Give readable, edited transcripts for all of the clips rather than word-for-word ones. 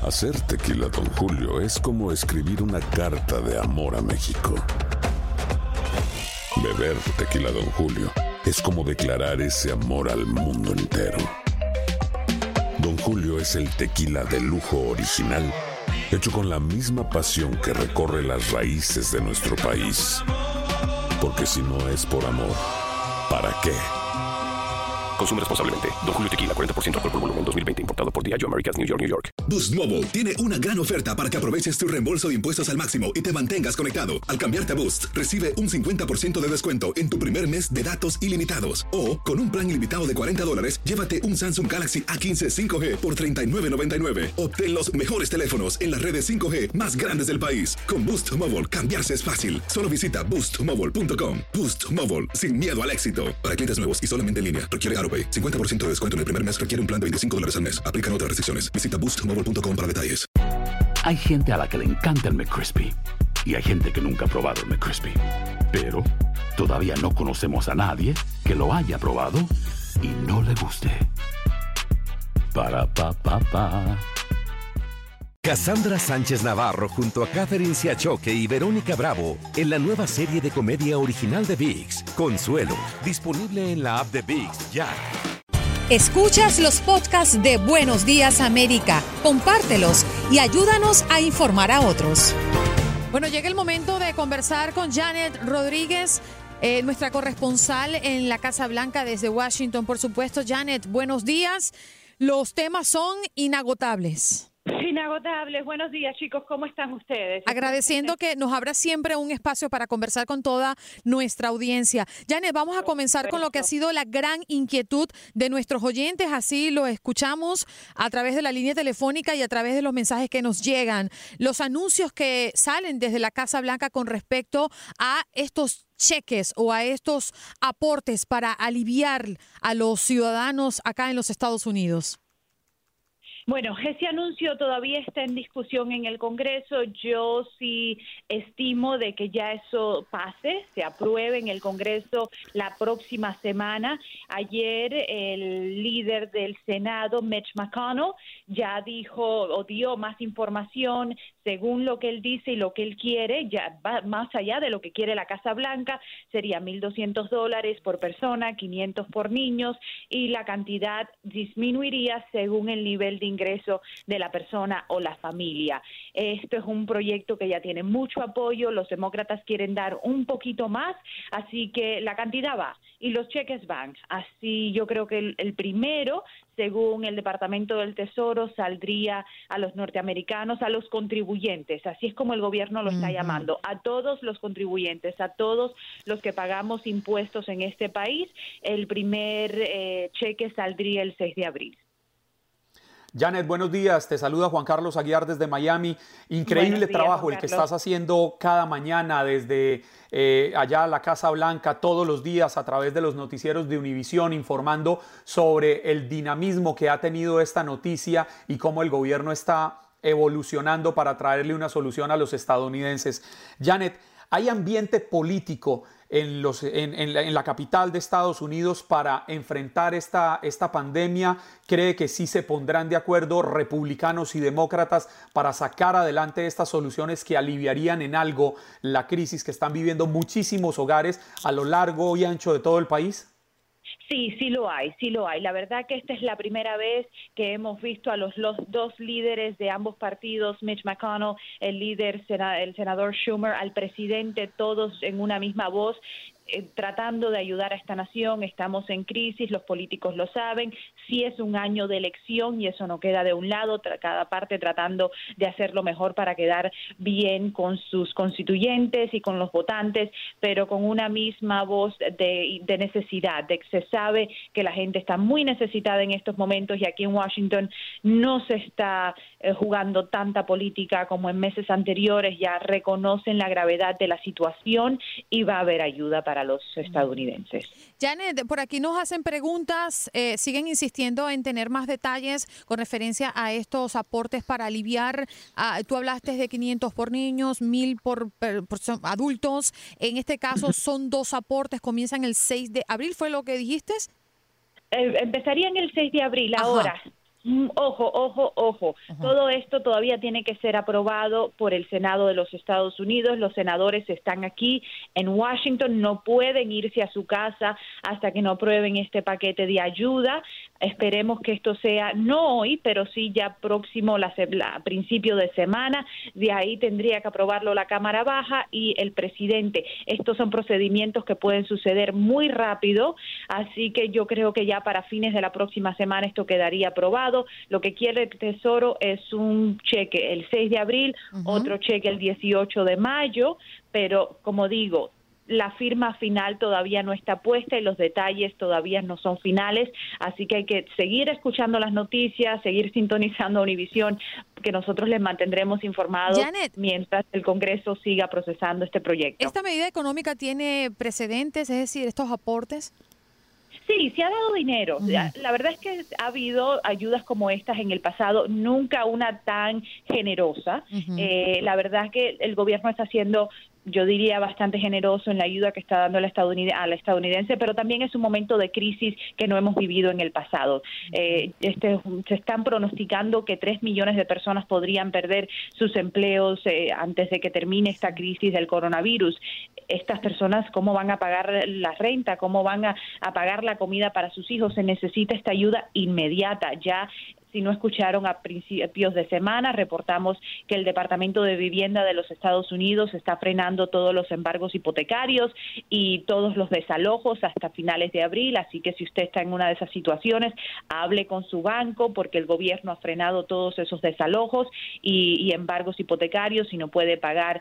Hacer tequila Don Julio es como escribir una carta de amor a México. Beber tequila Don Julio es como declarar ese amor al mundo entero. Don Julio es el tequila de lujo original, hecho con la misma pasión que recorre las raíces de nuestro país. Porque si no es por amor, ¿para qué? Consume responsablemente. Don Julio Tequila, 40% alcohol por volumen, 2020. Importado por Diageo Americas, New York, New York. Boost Mobile tiene una gran oferta para que aproveches tu reembolso de impuestos al máximo y te mantengas conectado. Al cambiarte a Boost, recibe un 50% de descuento en tu primer mes de datos ilimitados. O, con un plan ilimitado de $40, llévate un Samsung Galaxy A15 5G por $39.99. Obtén los mejores teléfonos en las redes 5G más grandes del país. Con Boost Mobile, cambiarse es fácil. Solo visita boostmobile.com. Boost Mobile, sin miedo al éxito. Para clientes nuevos y solamente en línea, requiere AroPay. 50% de descuento en el primer mes requiere un plan de $25 al mes. Aplican otras restricciones. Visita boostmobile.com para detalles. Hay gente a la que le encanta el McCrispy y hay gente que nunca ha probado el McCrispy. Pero todavía no conocemos a nadie que lo haya probado y no le guste. Para pa pa pa. Cassandra Sánchez Navarro junto a Catherine Siachoque y Verónica Bravo en la nueva serie de comedia original de ViX, Consuelo, disponible en la app de ViX ya. Escuchas los podcasts de Buenos Días América, compártelos y ayúdanos a informar a otros. Bueno, llega el momento de conversar con Janet Rodríguez, nuestra corresponsal en la Casa Blanca desde Washington, por supuesto. Janet, buenos días. Los temas son inagotables. Inagotables. Buenos días, chicos. ¿Cómo están ustedes? Agradeciendo que nos abra siempre un espacio para conversar con toda nuestra audiencia. Janet, vamos a comenzar con lo que ha sido la gran inquietud de nuestros oyentes. Así lo escuchamos a través de la línea telefónica y a través de los mensajes que nos llegan. Los anuncios que salen desde la Casa Blanca con respecto a estos cheques o a estos aportes para aliviar a los ciudadanos acá en los Estados Unidos. Bueno, ese anuncio todavía está en discusión en el Congreso. Yo sí estimo de que ya eso pase, se apruebe en el Congreso la próxima semana. Ayer el líder del Senado, Mitch McConnell, ya dijo o dio más información según lo que él dice y lo que él quiere, ya va más allá de lo que quiere la Casa Blanca. Sería $1,200 por persona, $500 por niños, y la cantidad disminuiría según el nivel de ingreso de la persona o la familia. Esto es un proyecto que ya tiene mucho apoyo, los demócratas quieren dar un poquito más, así que la cantidad va y los cheques van. Así yo creo que el primero, según el Departamento del Tesoro, saldría a los norteamericanos, a los contribuyentes, así es como el gobierno lo está llamando, a todos los contribuyentes, a todos los que pagamos impuestos en este país. El primer cheque saldría el 6 de abril. Janet, buenos días. Te saluda Juan Carlos Aguiar desde Miami. Increíble trabajo el que estás haciendo cada mañana desde allá a la Casa Blanca, todos los días a través de los noticieros de Univisión, informando sobre el dinamismo que ha tenido esta noticia y cómo el gobierno está evolucionando para traerle una solución a los estadounidenses. Janet, ¿hay ambiente político en la capital de Estados Unidos para enfrentar esta pandemia? ¿Cree que sí se pondrán de acuerdo republicanos y demócratas para sacar adelante estas soluciones que aliviarían en algo la crisis que están viviendo muchísimos hogares a lo largo y ancho de todo el país? Sí, sí lo hay. La verdad que esta es la primera vez que hemos visto a los dos líderes de ambos partidos, Mitch McConnell, el senador Schumer, al presidente, todos en una misma voz, tratando de ayudar a esta nación. Estamos en crisis, los políticos lo saben, sí es un año de elección y eso no queda de un lado, cada parte tratando de hacer lo mejor para quedar bien con sus constituyentes y con los votantes, pero con una misma voz de necesidad, de que se sabe que la gente está muy necesitada en estos momentos y aquí en Washington no se está jugando tanta política como en meses anteriores, ya reconocen la gravedad de la situación y va a haber ayuda para los estadounidenses. Janet, por aquí nos hacen preguntas, siguen insistiendo en tener más detalles con referencia a estos aportes para aliviar. Tú hablaste de 500 por niños, 1,000 por adultos. En este caso son dos aportes, comienzan el 6 de abril, ¿fue lo que dijiste? Empezarían el 6 de abril. Ahora, Ojo. Todo esto todavía tiene que ser aprobado por el Senado de los Estados Unidos. Los senadores están aquí en Washington, no pueden irse a su casa hasta que no aprueben este paquete de ayuda. Esperemos que esto sea no hoy, pero sí ya próximo, a principio de semana. De ahí tendría que aprobarlo la Cámara Baja y el presidente. Estos son procedimientos que pueden suceder muy rápido, así que yo creo que ya para fines de la próxima semana esto quedaría aprobado. Lo que quiere el Tesoro es un cheque el 6 de abril, otro cheque el 18 de mayo, pero como digo, la firma final todavía no está puesta y los detalles todavía no son finales, así que hay que seguir escuchando las noticias, seguir sintonizando a Univisión, que nosotros les mantendremos informados, Janet, mientras el Congreso siga procesando este proyecto. ¿Esta medida económica tiene precedentes, es decir, estos aportes? Sí, se ha dado dinero. La verdad es que ha habido ayudas como estas en el pasado, nunca una tan generosa. La verdad es que el gobierno está haciendo, yo diría, bastante generoso en la ayuda que está dando a la estadounidense, pero también es un momento de crisis que no hemos vivido en el pasado. Se están pronosticando que 3 millones de personas podrían perder sus empleos antes de que termine esta crisis del coronavirus. Estas personas, ¿cómo van a pagar la renta? ¿Cómo van a pagar la comida para sus hijos? Se necesita esta ayuda inmediata. Ya, si no escucharon, a principios de semana reportamos que el Departamento de Vivienda de los Estados Unidos está frenando todos los embargos hipotecarios y todos los desalojos hasta finales de abril, así que si usted está en una de esas situaciones, hable con su banco porque el gobierno ha frenado todos esos desalojos y embargos hipotecarios. Si no puede pagar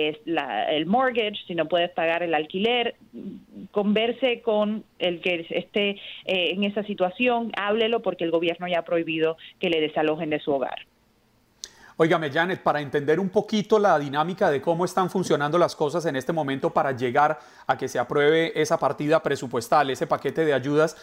el mortgage, si no puede pagar el alquiler, converse con el que esté en esa situación, háblelo porque el gobierno ya ha prohibido que le desalojen de su hogar. Óigame, Janet, para entender un poquito la dinámica de cómo están funcionando las cosas en este momento para llegar a que se apruebe esa partida presupuestal, ese paquete de ayudas,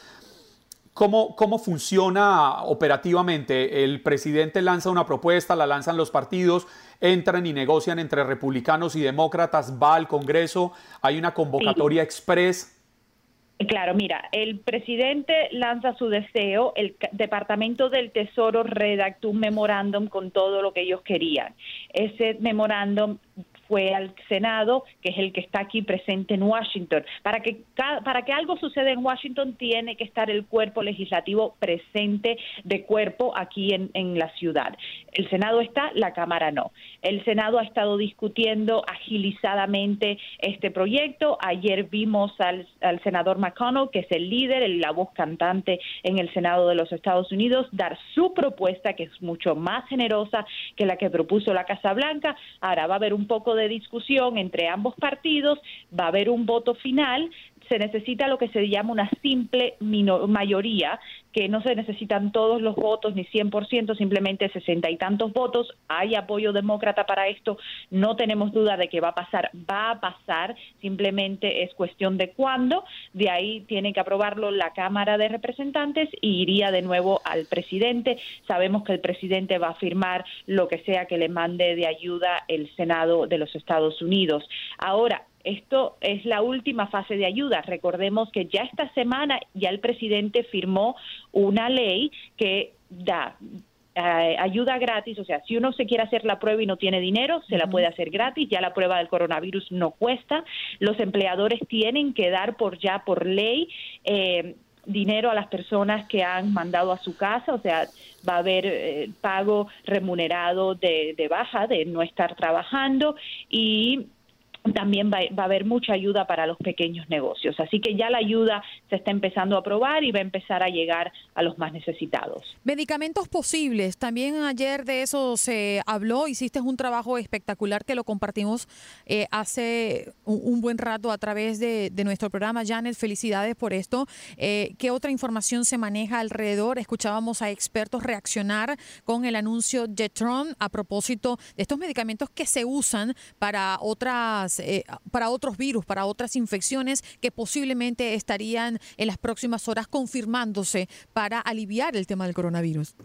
¿cómo funciona operativamente? El presidente lanza una propuesta, la lanzan los partidos, entran y negocian entre republicanos y demócratas, va al Congreso, hay una convocatoria express. Claro, mira, el presidente lanza su deseo, el Departamento del Tesoro redactó un memorándum con todo lo que ellos querían. Ese memorándum fue al Senado, que es el que está aquí presente en Washington. Para que algo suceda en Washington tiene que estar el cuerpo legislativo presente de cuerpo aquí en la ciudad. El Senado está, la Cámara no. El Senado ha estado discutiendo agilizadamente este proyecto. Ayer vimos al senador McConnell, que es el líder, la voz cantante en el Senado de los Estados Unidos, dar su propuesta, que es mucho más generosa que la que propuso la Casa Blanca. Ahora va a haber un poco de discusión entre ambos partidos, va a haber un voto final. Se necesita lo que se llama una simple mayoría, que no se necesitan todos los votos ni 100%, simplemente 60 y tantos votos. Hay apoyo demócrata para esto, no tenemos duda de que va a pasar, simplemente es cuestión de cuándo. De ahí tiene que aprobarlo la Cámara de Representantes y iría de nuevo al presidente. Sabemos que el presidente va a firmar lo que sea que le mande de ayuda el Senado de los Estados Unidos. Ahora, esto es la última fase de ayuda. Recordemos que ya esta semana ya el presidente firmó una ley que da ayuda gratis, o sea, si uno se quiere hacer la prueba y no tiene dinero, se la puede hacer gratis. Ya la prueba del coronavirus no cuesta. Los empleadores tienen que dar por ley dinero a las personas que han mandado a su casa, o sea, va a haber pago remunerado de baja, de no estar trabajando, y también va a haber mucha ayuda para los pequeños negocios. Así que ya la ayuda se está empezando a aprobar y va a empezar a llegar a los más necesitados. Medicamentos posibles. También ayer de eso se habló. Hiciste un trabajo espectacular que lo compartimos hace un buen rato a través de nuestro programa. Janet, felicidades por esto. ¿Qué otra información se maneja alrededor? Escuchábamos a expertos reaccionar con el anuncio de Trump a propósito de estos medicamentos que se usan para otros virus, para otras infecciones que posiblemente estarían en las próximas horas confirmándose para aliviar el tema del coronavirus.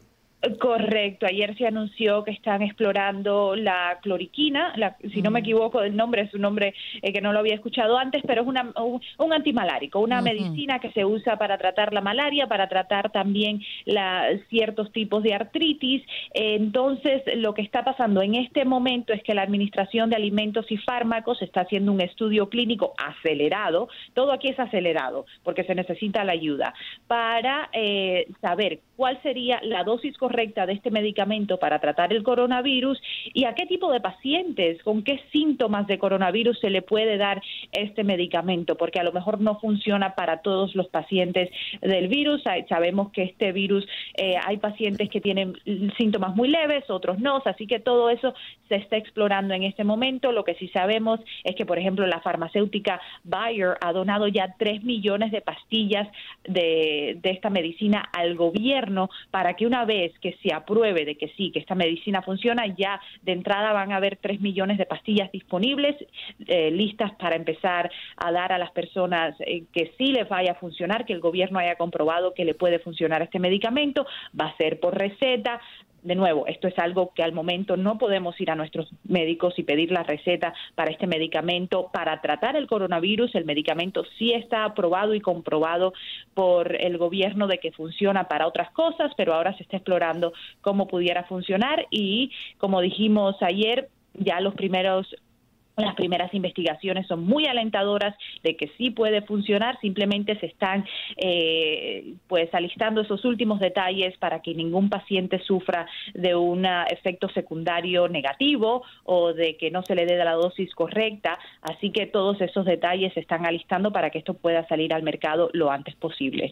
Correcto. Ayer se anunció que están explorando la cloriquina, si no me equivoco del nombre, es un nombre que no lo había escuchado antes, pero es un antimalárico, una medicina que se usa para tratar la malaria, para tratar también ciertos tipos de artritis. Entonces, lo que está pasando en este momento es que la Administración de Alimentos y Fármacos está haciendo un estudio clínico acelerado. Todo aquí es acelerado porque se necesita la ayuda para saber cuál sería la dosis correcta de este medicamento para tratar el coronavirus y a qué tipo de pacientes, con qué síntomas de coronavirus se le puede dar este medicamento, porque a lo mejor no funciona para todos los pacientes del virus. Sabemos que este virus hay pacientes que tienen síntomas muy leves, otros no, así que todo eso se está explorando en este momento. Lo que sí sabemos es que, por ejemplo, la farmacéutica Bayer ha donado ya 3 millones de pastillas de esta medicina al gobierno para que una vez que se apruebe de que sí, que esta medicina funciona, ya de entrada van a haber 3 millones de pastillas disponibles, listas para empezar a dar a las personas que sí les vaya a funcionar, que el gobierno haya comprobado que le puede funcionar este medicamento. Va a ser por receta. De nuevo, esto es algo que al momento no podemos ir a nuestros médicos y pedir la receta para este medicamento para tratar el coronavirus. El medicamento sí está aprobado y comprobado por el gobierno de que funciona para otras cosas, pero ahora se está explorando cómo pudiera funcionar y, como dijimos ayer, ya las primeras investigaciones son muy alentadoras de que sí puede funcionar. Simplemente se están pues alistando esos últimos detalles para que ningún paciente sufra de un efecto secundario negativo o de que no se le dé la dosis correcta. Así que todos esos detalles se están alistando para que esto pueda salir al mercado lo antes posible.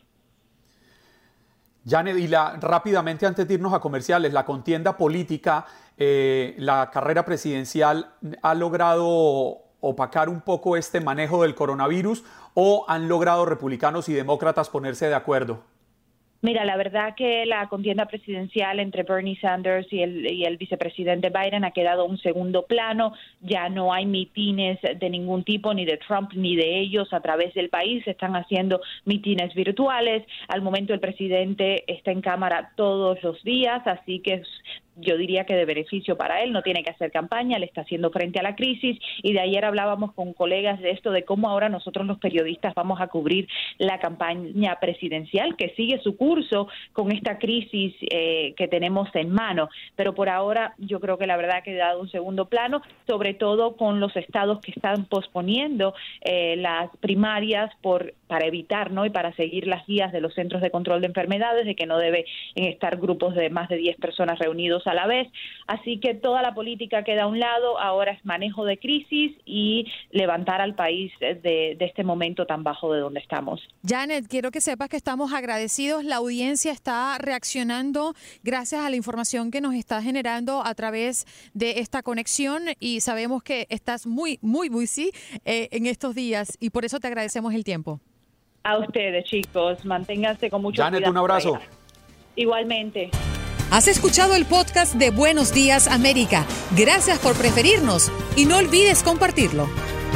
Janet, y rápidamente antes de irnos a comerciales, la contienda política, la carrera presidencial, ¿ha logrado opacar un poco este manejo del coronavirus o han logrado republicanos y demócratas ponerse de acuerdo? Mira, la verdad que la contienda presidencial entre Bernie Sanders y el vicepresidente Biden ha quedado a un segundo plano. Ya no hay mitines de ningún tipo, ni de Trump ni de ellos a través del país. Se están haciendo mitines virtuales. Al momento el presidente está en cámara todos los días, así que yo diría que de beneficio para él. No tiene que hacer campaña, le está haciendo frente a la crisis. Y de ayer hablábamos con colegas de esto, de cómo ahora nosotros los periodistas vamos a cubrir la campaña presidencial que sigue su curso con esta crisis que tenemos en mano. Pero por ahora yo creo que la verdad ha quedado un segundo plano, sobre todo con los estados que están posponiendo las primarias para evitar, ¿no?, y para seguir las guías de los Centros de Control de Enfermedades, de que no deben estar grupos de más de 10 personas reunidos a la vez. Así que toda la política queda a un lado. Ahora es manejo de crisis y levantar al país de este momento tan bajo de donde estamos. Janet, quiero que sepas que estamos agradecidos. La audiencia está reaccionando gracias a la información que nos está generando a través de esta conexión y sabemos que estás muy busy en estos días y por eso te agradecemos el tiempo. A ustedes, chicos. Manténganse con mucho Janet, cuidado. un abrazo. Igualmente. Has escuchado el podcast de Buenos Días América. Gracias por preferirnos y no olvides compartirlo.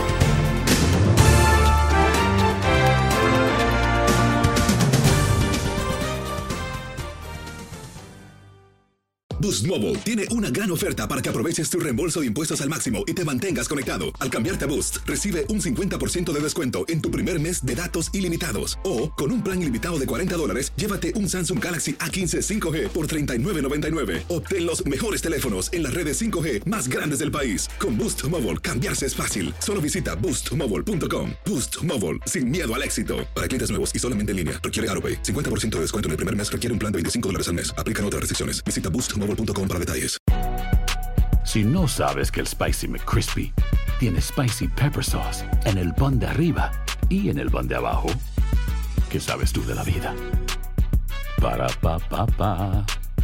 Boost Mobile tiene una gran oferta para que aproveches tu reembolso de impuestos al máximo y te mantengas conectado. Al cambiarte a Boost, recibe un 50% de descuento en tu primer mes de datos ilimitados. O, con un plan ilimitado de $40, llévate un Samsung Galaxy A15 5G por $39.99. Obtén los mejores teléfonos en las redes 5G más grandes del país. Con Boost Mobile, cambiarse es fácil. Solo visita boostmobile.com. Boost Mobile, sin miedo al éxito. Para clientes nuevos y solamente en línea, requiere AutoPay. 50% de descuento en el primer mes requiere un plan de $25 al mes. Aplican otras restricciones. Visita boostmobile.com para detalles. Si no sabes que el Spicy McCrispy tiene Spicy Pepper Sauce en el pan de arriba y en el pan de abajo, ¿qué sabes tú de la vida? Para, pa, pa, pa.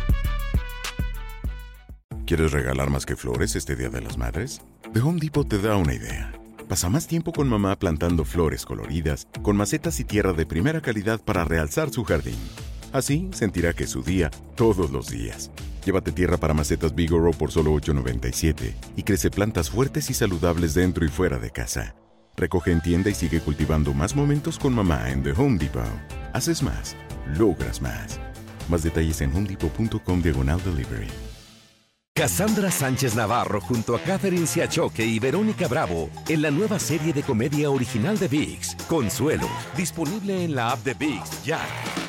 ¿Quieres regalar más que flores este Día de las Madres? The Home Depot te da una idea. Pasa más tiempo con mamá plantando flores coloridas, con macetas y tierra de primera calidad para realzar su jardín. Así sentirá que es su día todos los días. Llévate tierra para macetas Vigoro por solo $8.97 y crece plantas fuertes y saludables dentro y fuera de casa. Recoge en tienda y sigue cultivando más momentos con mamá en The Home Depot. Haces más, logras más. Más detalles en homedepot.com/delivery. Cassandra Sánchez Navarro junto a Catherine Siachoque y Verónica Bravo en la nueva serie de comedia original de ViX, Consuelo, disponible en la app de ViX ya.